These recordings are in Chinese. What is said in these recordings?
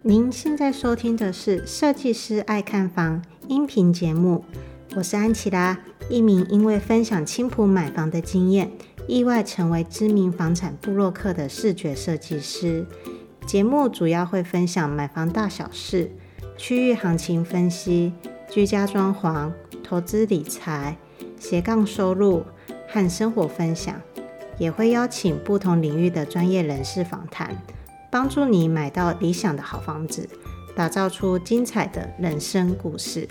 您现在收听的是设计师爱看房音频节目，我是安琪拉，一名因为分享青埔买房的经验，意外成为知名房产部落客的视觉设计师。节目主要会分享买房大小事、区域行情分析、居家装潢、投资理财、斜杠收入和生活分享，也会邀请不同领域的专业人士访谈，帮助你买到理想的好房子，打造出精彩的人生故事。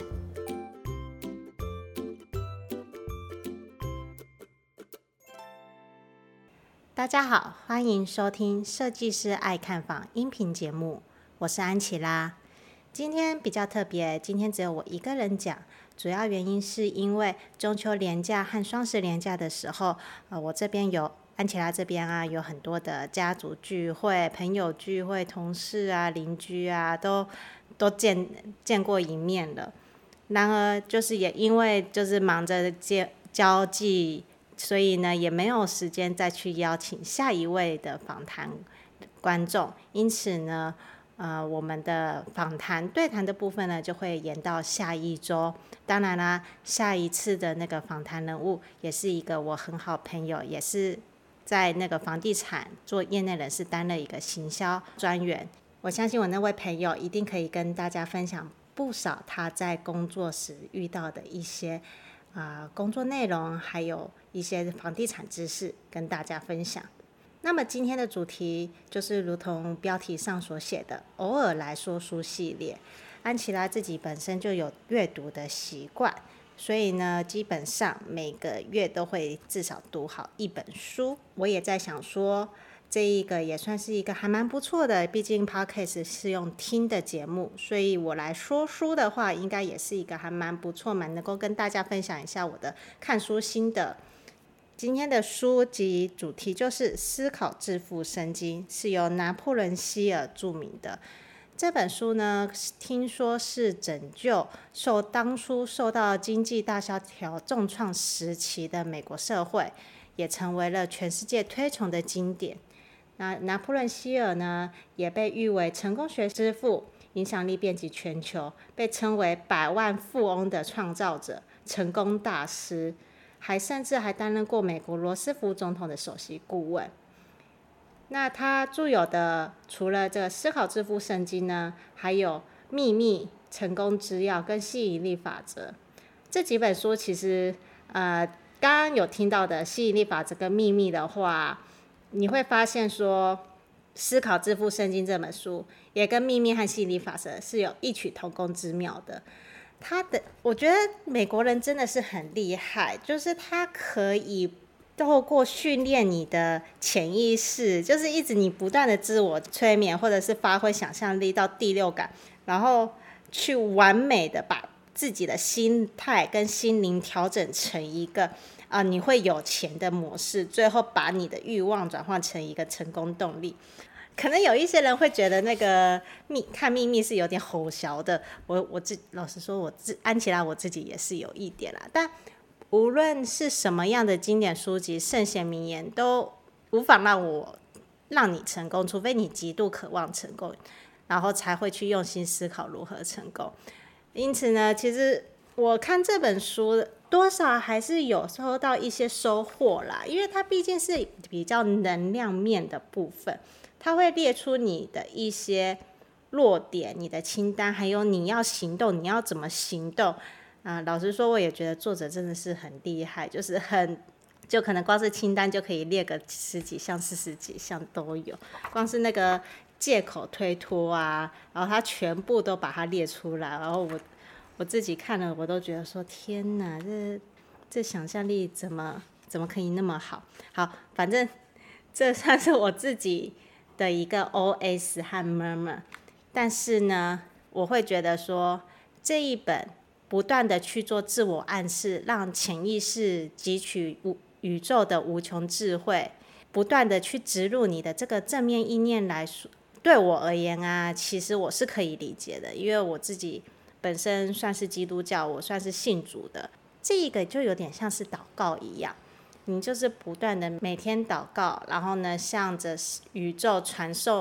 大家好，欢迎收听设计师爱看房音频节目，我是安琪拉。今天比较特别，今天只有我一个人讲，主要原因是因为中秋连假和双十连假的时候，我这边有安琪拉这边啊，有很多的家族聚会、朋友聚会、同事啊、邻居啊，都见过一面了。然而，就是也因为就是忙着交际，所以呢，也没有时间再去邀请下一位的访谈观众。因此呢，我们的对谈的部分呢，就会延到下一周。当然啦，下一次的那个访谈人物，也是一个我很好朋友，也是在那个房地产做业内人士，担任一个行销专员。我相信我那位朋友一定可以跟大家分享不少他在工作时遇到的一些工作内容，还有一些房地产知识跟大家分享。那么今天的主题就是如同标题上所写的，偶尔来说书系列。安琪拉自己本身就有阅读的习惯，所以呢，基本上每个月都会至少读好一本书。我也在想说，这一个也算是一个还蛮不错的，毕竟 Podcast 是用听的节目，所以我来说书的话，应该也是一个还蛮不错，蛮能够跟大家分享一下我的看书心得。今天的书籍主题就是《思考致富生金》，是由拿破仑希尔著名的。这本书呢，听说是拯救当初受到经济大萧条重创时期的美国社会，也成为了全世界推崇的经典。那拿破仑希尔呢，也被誉为成功学之父，影响力遍及全球，被称为百万富翁的创造者、成功大师，甚至还担任过美国罗斯福总统的首席顾问。那他著有的除了这个《思考致富圣经》呢，还有《秘密》、《成功之钥》跟《吸引力法则》这几本书。其实刚刚有听到的《吸引力法则》跟《秘密》的话，你会发现说，《思考致富圣经》这本书也跟《秘密》和《吸引力法则》是有异曲同工之妙的。我觉得美国人真的是很厉害，就是他可以透过训练你的潜意识，就是一直你不断的自我催眠，或者是发挥想象力到第六感，然后去完美的把自己的心态跟心灵调整成一个你会有钱的模式，最后把你的欲望转换成一个成功动力。可能有一些人会觉得那个看秘密是有点吼小的，老实说，安琪拉我自己也是有一点啦。但无论是什么样的经典书籍、圣贤名言，都无法让你成功，除非你极度渴望成功，然后才会去用心思考如何成功。因此呢，其实我看这本书多少还是有收到一些收获啦，因为它毕竟是比较能量面的部分，它会列出你的一些弱点、你的清单，还有你要行动，你要怎么行动。老实说，我也觉得作者真的是很厉害，就可能光是清单就可以列个10几项、40几项都有，光是那个借口推脱啊，然后他全部都把它列出来，然后我自己看了，我都觉得说天哪，这想象力怎么可以那么好？好，反正这算是我自己的一个 OS 和 murmur。但是呢，我会觉得说这一本不断的去做自我暗示，让潜意识汲取宇宙的无穷智慧，不断的去植入你的这个正面意念来说，对我而言啊，其实我是可以理解的，因为我自己本身算是基督教，我算是信主的，这一个就有点像是祷告一样，你就是不断的每天祷告，然后呢，向着宇宙传授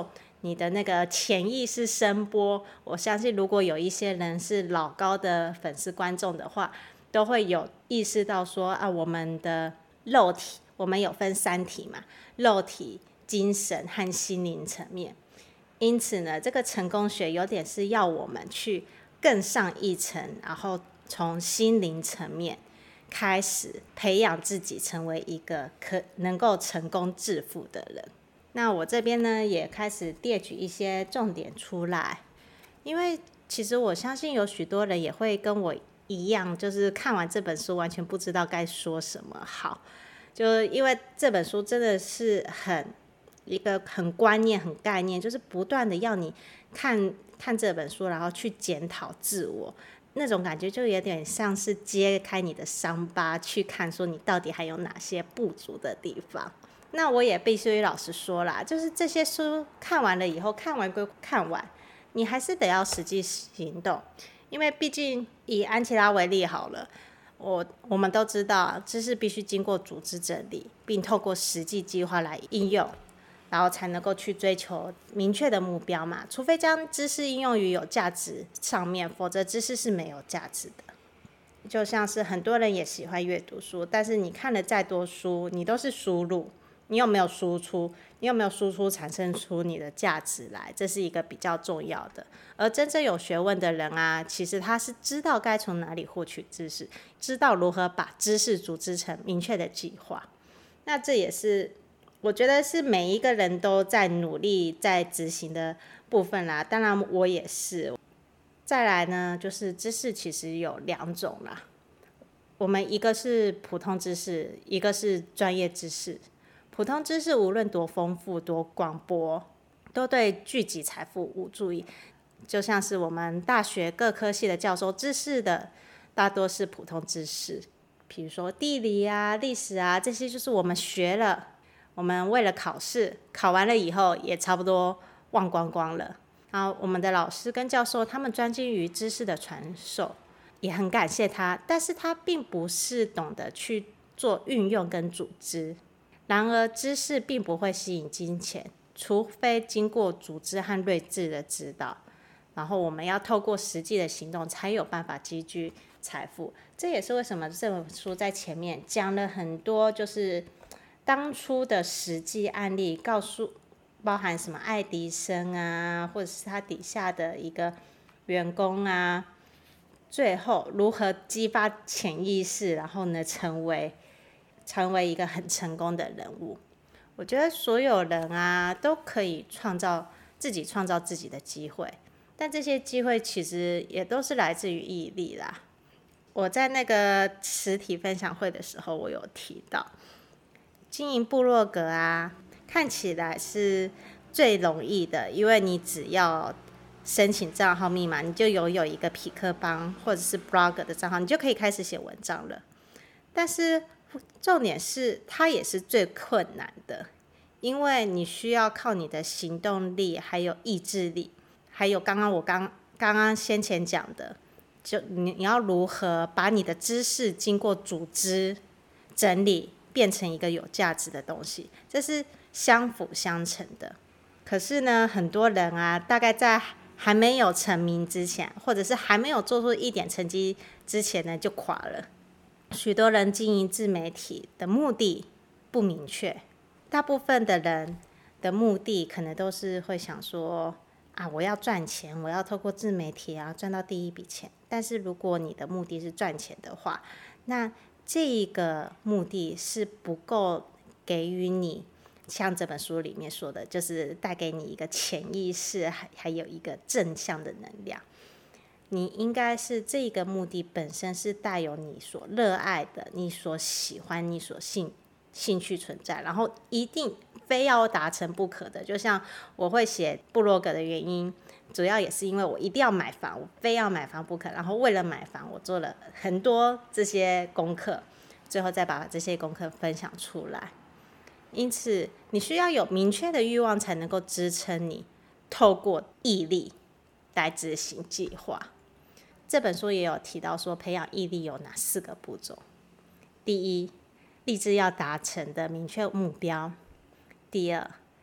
你的那个潜意识声波。我相信如果有一些人是老高的粉丝观众的话，都会有意识到说啊，我们的肉体，我们有分3体嘛，肉体、精神和心灵层面。因此呢，这个成功学有点是要我们去更上一层，然后从心灵层面开始培养自己，成为一个能够成功致富的人。那我这边呢，也开始列举一些重点出来，因为其实我相信有许多人也会跟我一样，就是看完这本书完全不知道该说什么好，就因为这本书真的是一个很观念、很概念，就是不断的要你看这本书，然后去检讨自我，那种感觉就有点像是揭开你的伤疤，去看说你到底还有哪些不足的地方。那我也必须老实说啦，就是这些书看完了以后，看完归看完，你还是得要实际行动，因为毕竟以安琪拉为例好了，我们都知道知识必须经过组织整理，并透过实际计划来应用，然后才能够去追求明确的目标嘛。除非将知识应用于有价值上面，否则知识是没有价值的。就像是很多人也喜欢阅读书，但是你看了再多书，你都是输入，你有没有输出？你有没有输出产生出你的价值来？这是一个比较重要的。而真正有学问的人啊，其实他是知道该从哪里获取知识，知道如何把知识组织成明确的计划。那这也是我觉得是每一个人都在努力在执行的部分啦。当然我也是。再来呢，就是知识其实有2种啦。我们一个是普通知识，一个是专业知识。普通知识无论多丰富多广博，都对聚集财富无助益。就像是我们大学各科系的教授知识的大多是普通知识，比如说地理啊、历史啊，这些就是我们学了，我们为了考试，考完了以后也差不多忘光光了。然后我们的老师跟教授他们专精于知识的传授，也很感谢他，但是他并不是懂得去做运用跟组织。然而知识并不会吸引金钱，除非经过组织和睿智的指导，然后我们要透过实际的行动才有办法积聚财富。这也是为什么这本书在前面讲了很多就是当初的实际案例，包含什么爱迪生啊，或者是他底下的一个员工啊，最后如何激发潜意识，然后呢成为一个很成功的人物。我觉得所有人啊都可以创造自己的机会，但这些机会其实也都是来自于毅力啦。我在那个实体分享会的时候，我有提到经营部落格啊，看起来是最容易的，因为你只要申请账号密码，你就拥有一个痞客邦或者是 blog 的账号，你就可以开始写文章了。但是重点是它也是最困难的，因为你需要靠你的行动力，还有意志力，还有我刚刚先前讲的，就你要如何把你的知识经过组织整理变成一个有价值的东西，这是相辅相成的。可是呢，很多人啊，大概在还没有成名之前，或者是还没有做出一点成绩之前呢，就垮了。许多人经营自媒体的目的不明确，大部分的人的目的可能都是会想说啊，我要赚钱，我要透过自媒体啊赚到第一笔钱。但是如果你的目的是赚钱的话，那这个目的是不够给予你像这本书里面说的，就是带给你一个潜意识，还有一个正向的能量。你应该是这个目的本身是带有你所热爱的，你所喜欢，你所兴趣存在，然后一定非要达成不可的。就像我会写部落格的原因，主要也是因为我一定要买房，我非要买房不可，然后为了买房我做了很多这些功课，最后再把这些功课分享出来。因此你需要有明确的欲望才能够支撑你透过毅力来执行计划。这本书也有提到说，培养毅力有哪4个步骤。第一，立志要达成的明确目标。第二，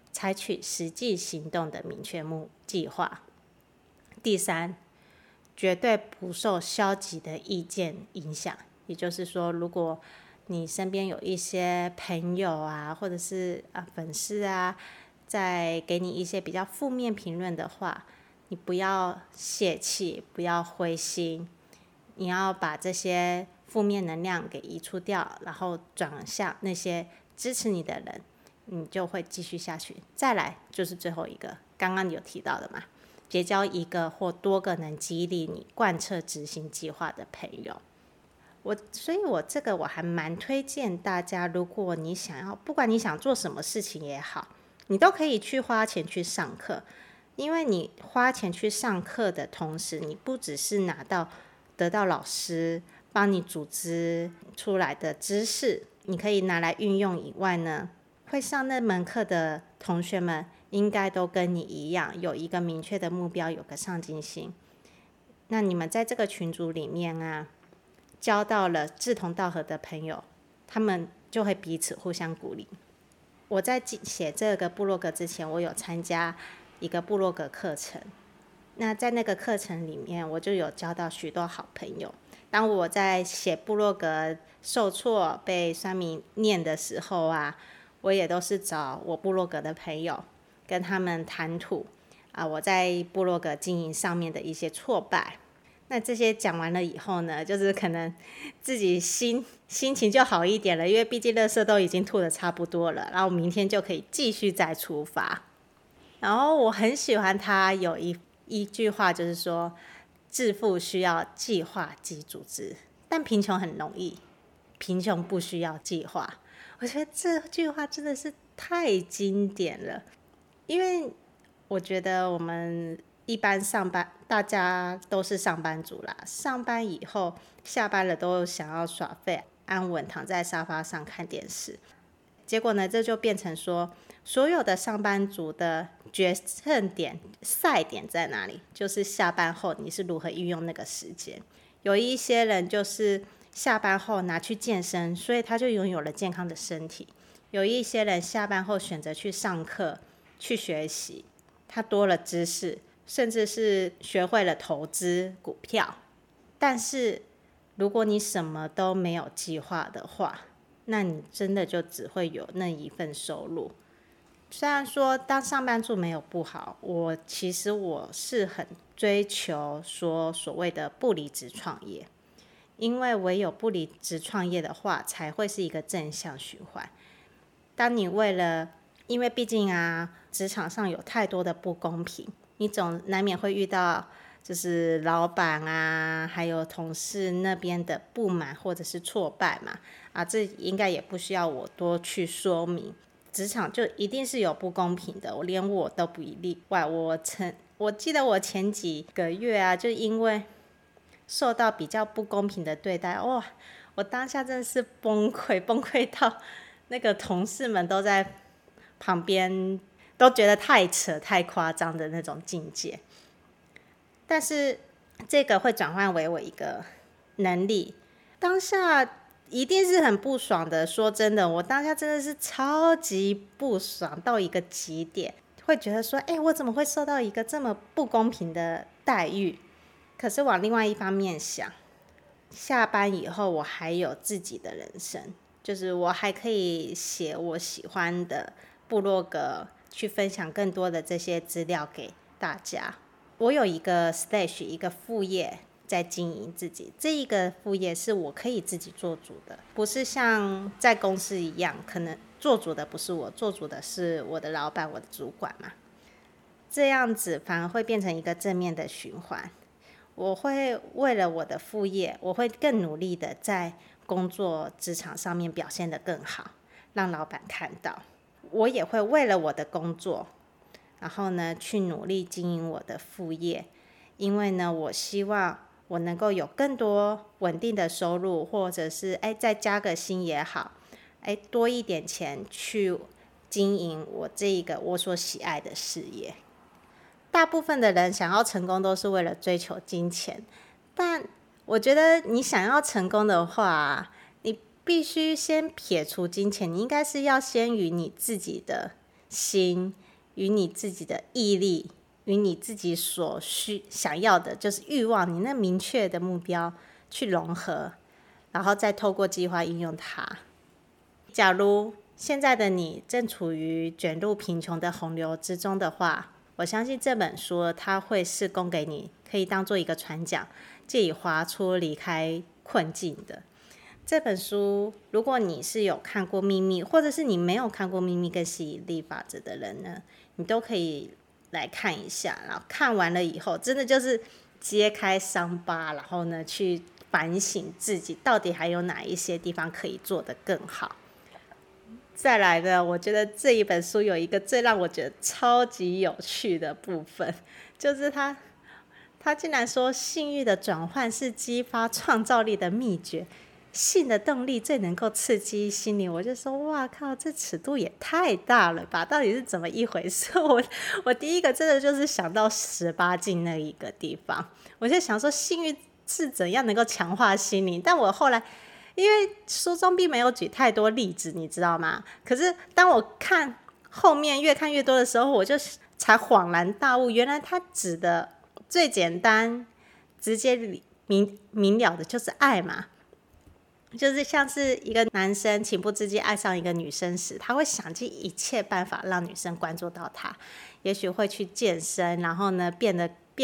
采取实际行动的明确计划。第三，绝对不受消极的意见影响，也就是说，如果你身边有一些朋友啊，或者是粉丝啊，在给你一些比较负面评论的话，你不要泄气，不要灰心，你要把这些负面能量给移除掉，然后转向那些支持你的人，你就会继续下去。再来就是最后一个，刚刚有提到的嘛，结交一个或多个能激励你贯彻执行计划的朋友。所以我还蛮推荐大家，如果你想要，不管你想做什么事情也好，你都可以去花钱去上课。因为你花钱去上课的同时，你不只是得到老师帮你组织出来的知识，你可以拿来运用以外呢，会上那门课的同学们应该都跟你一样，有一个明确的目标，有个上进心。那你们在这个群组里面啊，交到了志同道合的朋友，他们就会彼此互相鼓励。我在写这个部落格之前，我有参加一个部落格课程，那在那个课程里面，我就有交到许多好朋友。当我在写部落格受挫被酸民念的时候啊，我也都是找我部落格的朋友跟他们谈吐我在部落格经营上面的一些挫败。那这些讲完了以后呢，就是可能自己心情就好一点了，因为毕竟垃圾都已经吐得差不多了，然后明天就可以继续再出发。然后我很喜欢他有一句话，就是说致富需要计划及组织，但贫穷很容易，贫穷不需要计划。我觉得这句话真的是太经典了，因为我觉得我们一般上班，大家都是上班族啦，上班以后下班了都想要耍废，安稳躺在沙发上看电视。结果呢，这就变成说，所有的上班族的决胜点、赛点在哪里？就是下班后你是如何运用那个时间。有一些人就是下班后拿去健身，所以他就拥有了健康的身体。有一些人下班后选择去上课、去学习，他多了知识，甚至是学会了投资股票。但是如果你什么都没有计划的话，那你真的就只会有那一份收入。虽然说当上班族没有不好，其实我是很追求说所谓的不离职创业，因为唯有不离职创业的话，才会是一个正向循环。当你因为毕竟职场上有太多的不公平，你总难免会遇到就是老板还有同事那边的不满或者是挫败嘛，这应该也不需要我多去说明。职场就一定是有不公平的，连我都不例外。我记得我前几个月就因为受到比较不公平的对待，我当下真的是崩溃到那个同事们都在旁边都觉得太扯太夸张的那种境界。但是这个会转换为我一个能力，当下一定是很不爽的。说真的，我当下真的是超级不爽到一个极点，会觉得说我怎么会受到一个这么不公平的待遇。可是往另外一方面想，下班以后我还有自己的人生，就是我还可以写我喜欢的部落格，去分享更多的这些资料给大家。我有一个 stage 一个副业在经营自己，这一个副业是我可以自己做主的，不是像在公司一样，可能做主的不是我，做主的是我的老板、我的主管嘛。这样子反而会变成一个正面的循环。我会为了我的副业，我会更努力的在工作职场上面表现得更好，让老板看到。我也会为了我的工作，然后呢去努力经营我的副业，因为呢我希望我能够有更多稳定的收入，或者是再加个薪也好，多一点钱去经营我所喜爱的事业。大部分的人想要成功都是为了追求金钱，但我觉得你想要成功的话，你必须先撇除金钱，你应该是要先与你自己的心与你自己的毅力与你自己所想要的就是欲望，你那明确的目标去融合，然后再透过计划运用它。假如现在的你正处于卷入贫穷的洪流之中的话，我相信这本书它会是供给你可以当做一个船桨，借以划出离开困境的。这本书如果你是有看过秘密，或者是你没有看过秘密跟吸引力法则的人呢，你都可以来看一下，然后看完了以后真的就是揭开伤疤，然后呢去反省自己到底还有哪一些地方可以做得更好。再来呢，我觉得这一本书有一个最让我觉得超级有趣的部分，就是他竟然说性欲的转换是激发创造力的秘诀，性的动力最能够刺激心灵。我就说哇靠，这尺度也太大了吧，到底是怎么一回事？我第一个真的就是想到18禁那一个地方，我就想说性欲是怎样能够强化心灵，但我后来因为书中并没有举太多例子，你知道吗？可是当我看后面越看越多的时候，我就才恍然大悟，原来他指的最简单直接明了的就是爱嘛。就是像是一个男生情不自禁爱上一个女生时，他会想尽一切办法让女生关注到他，也许会去健身，然后呢变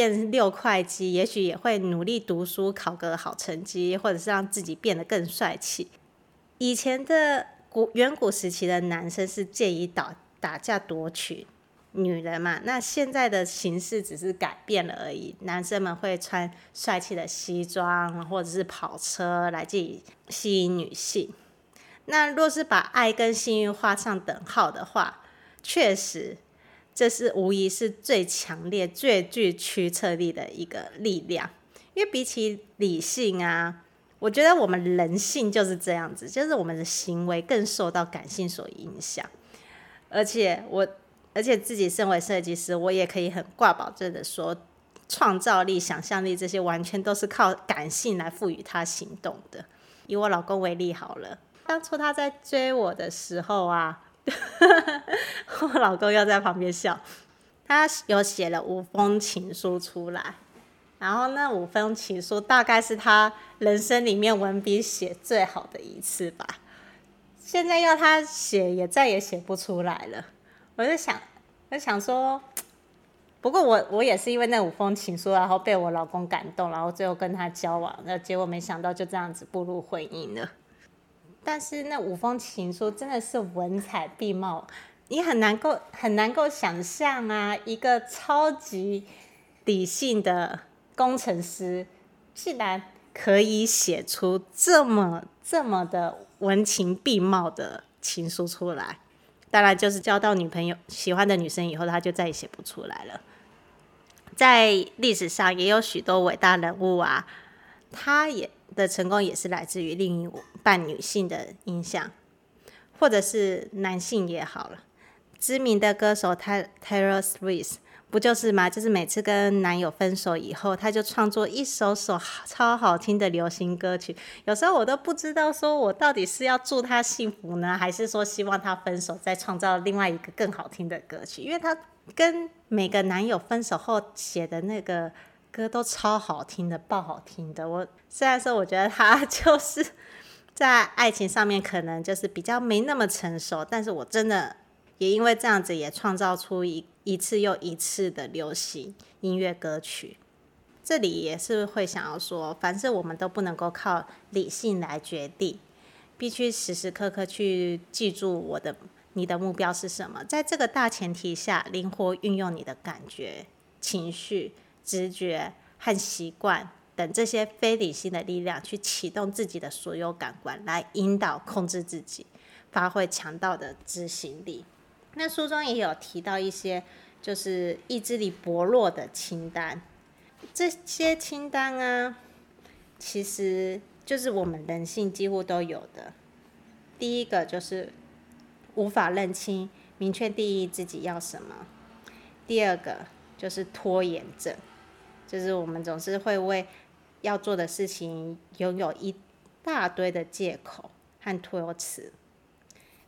6块肌，也许也会努力读书考个好成绩，或者是让自己变得更帅气。以前的远古时期的男生是借以打架夺取女人嘛，那现在的形式只是改变了而已，男生们会穿帅气的西装或者是跑车来吸引女性。那若是把爱跟性欲画上等号的话，确实这是无疑是最强烈最具驱策力的一个力量。因为比起理性啊，我觉得我们人性就是这样子，就是我们的行为更受到感性所影响。而且自己身为设计师，我也可以很挂保证的说，创造力、想象力这些完全都是靠感性来赋予他行动的。以我老公为例好了，当初他在追我的时候啊我老公又在旁边笑，他有写了5封情书出来，然后那5封情书大概是他人生里面文笔写最好的一次吧，现在要他写也再也写不出来了。我就想说，不过我也是因为那5封情书，然后被我老公感动，然后最后跟他交往，那结果没想到就这样子步入婚姻了。但是那5封情书真的是文采并茂，你很难够想象啊，一个超级理性的工程师竟然可以写出这么的文情并茂的情书出来。当然就是交到女朋友喜欢的女生以后，他就再也写不出来了。在历史上也有许多伟大人物啊，他的成功也是来自于另一半女性的影响，或者是男性也好了。知名的歌手 Taylor Swift 不就是吗？就是每次跟男友分手以后，他就创作一首超好听的流行歌曲。有时候我都不知道说我到底是要祝他幸福呢，还是说希望他分手再创造另外一个更好听的歌曲。因为他跟每个男友分手后写的那个歌都超好听的，爆好听的。虽然说我觉得他就是在爱情上面可能就是比较没那么成熟，但是我真的也因为这样子也创造出一次又一次的流行音乐歌曲。这里也是会想要说，凡事我们都不能够靠理性来决定，必须时时刻刻去记住你的目标是什么，在这个大前提下，灵活运用你的感觉、情绪、直觉和习惯等这些非理性的力量，去启动自己的所有感官，来引导控制自己，发挥强大的执行力。那书中也有提到一些就是意志力薄弱的清单，这些清单啊，其实就是我们人性几乎都有的。第一个就是无法认清、明确定义自己要什么。第二个就是拖延症，就是我们总是会为要做的事情拥有一大堆的借口和托辞。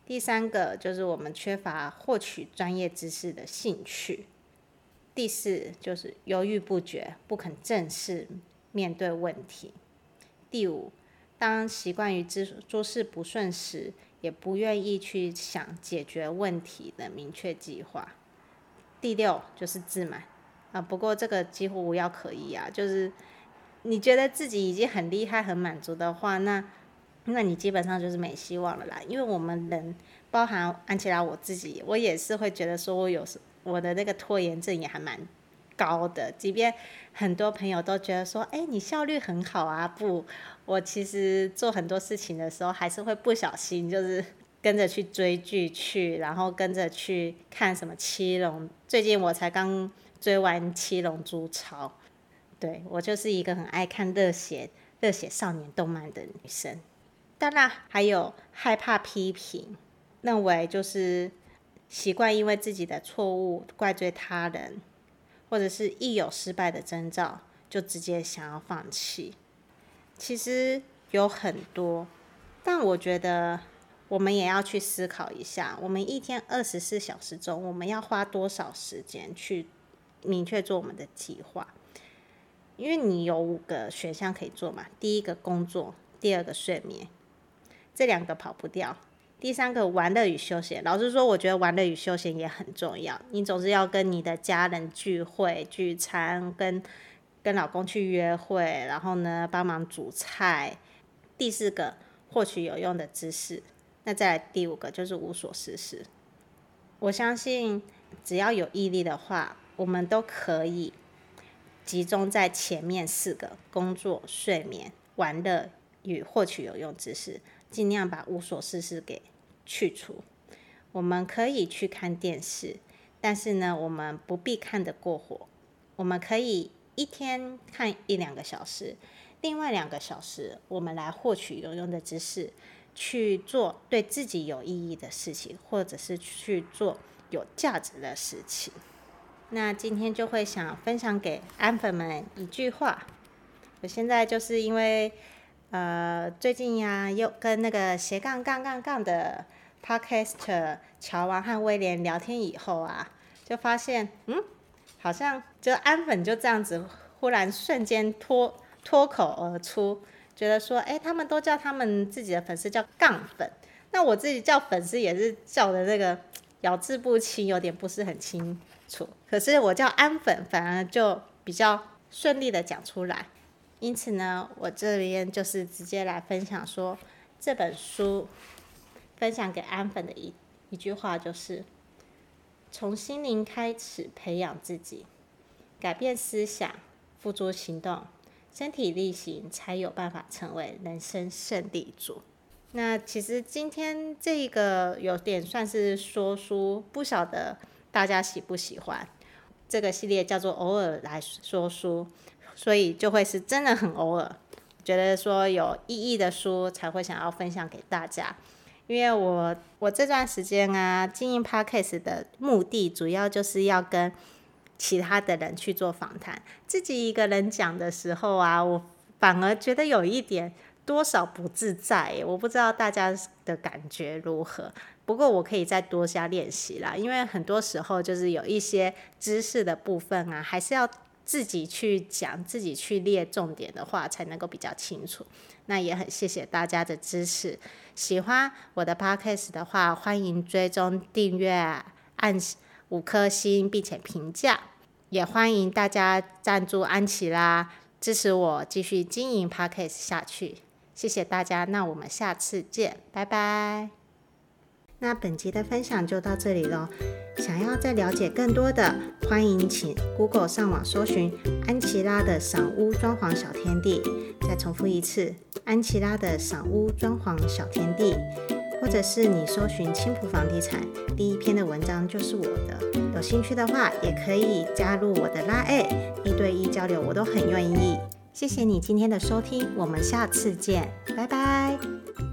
第3个就是我们缺乏获取专业知识的兴趣。第4就是犹豫不决，不肯正视面对问题。第5，当习惯于诸事不顺时，也不愿意去想解决问题的明确计划。第6就是自满不过这个几乎无药可医就是你觉得自己已经很厉害很满足的话，那你基本上就是没希望了啦。因为我们人，包含安琪拉我自己，我也是会觉得说我的那个拖延症也还蛮高的，即便很多朋友都觉得说你效率很好不，我其实做很多事情的时候还是会不小心就是跟着去追剧去，然后跟着去看什么七龙，最近我才刚追完七龙珠超。对，我就是一个很爱看热血少年动漫的女生。当然还有害怕批评，认为就是习惯因为自己的错误怪罪他人，或者是一有失败的征兆就直接想要放弃。其实有很多，但我觉得我们也要去思考一下，我们一天24小时中，我们要花多少时间去明确做我们的计划。因为你有5个选项可以做嘛，第1个工作，第2个睡眠，这2个跑不掉。第3个玩乐与休闲，老实说我觉得玩乐与休闲也很重要，你总是要跟你的家人聚会聚餐，跟老公去约会，然后呢帮忙煮菜。第4个获取有用的知识，那再来第5个就是无所事事。我相信只要有毅力的话，我们都可以集中在前面4个，工作、睡眠、玩乐与获取有用知识，尽量把无所事事给去除。我们可以去看电视，但是呢我们不必看得过火。我们可以一天看1-2个小时，另外2个小时我们来获取有用的知识，去做对自己有意义的事情，或者是去做有价值的事情。那今天就会想分享给安粉们一句话。我现在就是因为最近又跟那个斜杠杠杠杠的 podcaster 乔王和威廉聊天以后就发现好像就安粉就这样子忽然瞬间脱口而出，觉得说他们都叫他们自己的粉丝叫杠粉，那我自己叫粉丝也是叫的那个咬字不清，有点不是很清楚，可是我叫安粉反而就比较顺利的讲出来。因此呢，我这边就是直接来分享说，这本书分享给安粉的一句话就是从心灵开始培养自己，改变思想，付诸行动，身体力行，才有办法成为人生胜利组。那其实今天这个有点算是说书，不晓得大家喜不喜欢。这个系列叫做偶尔来说书，所以就会是真的很偶尔，觉得说有意义的书才会想要分享给大家。因为我这段时间经营 podcast 的目的主要就是要跟其他的人去做访谈，自己一个人讲的时候我反而觉得有一点多少不自在，我不知道大家的感觉如何。不过我可以再多加练习啦，因为很多时候就是有一些知识的部分还是要自己去讲，自己去列重点的话才能够比较清楚。那也很谢谢大家的支持，喜欢我的 podcast 的话，欢迎追踪订阅，按5颗星并且评价，也欢迎大家赞助安琪拉，支持我继续经营 podcast 下去。谢谢大家，那我们下次见，拜拜。那本集的分享就到这里咯，想要再了解更多的，欢迎请 Google 上网搜寻安琪拉的赏屋装潢小天地，再重复一次，安琪拉的赏屋装潢小天地，或者是你搜寻青浦房地产，第1篇的文章就是我的。有兴趣的话也可以加入我的LINE，1对1交流我都很愿意。谢谢你今天的收听，我们下次见，拜拜。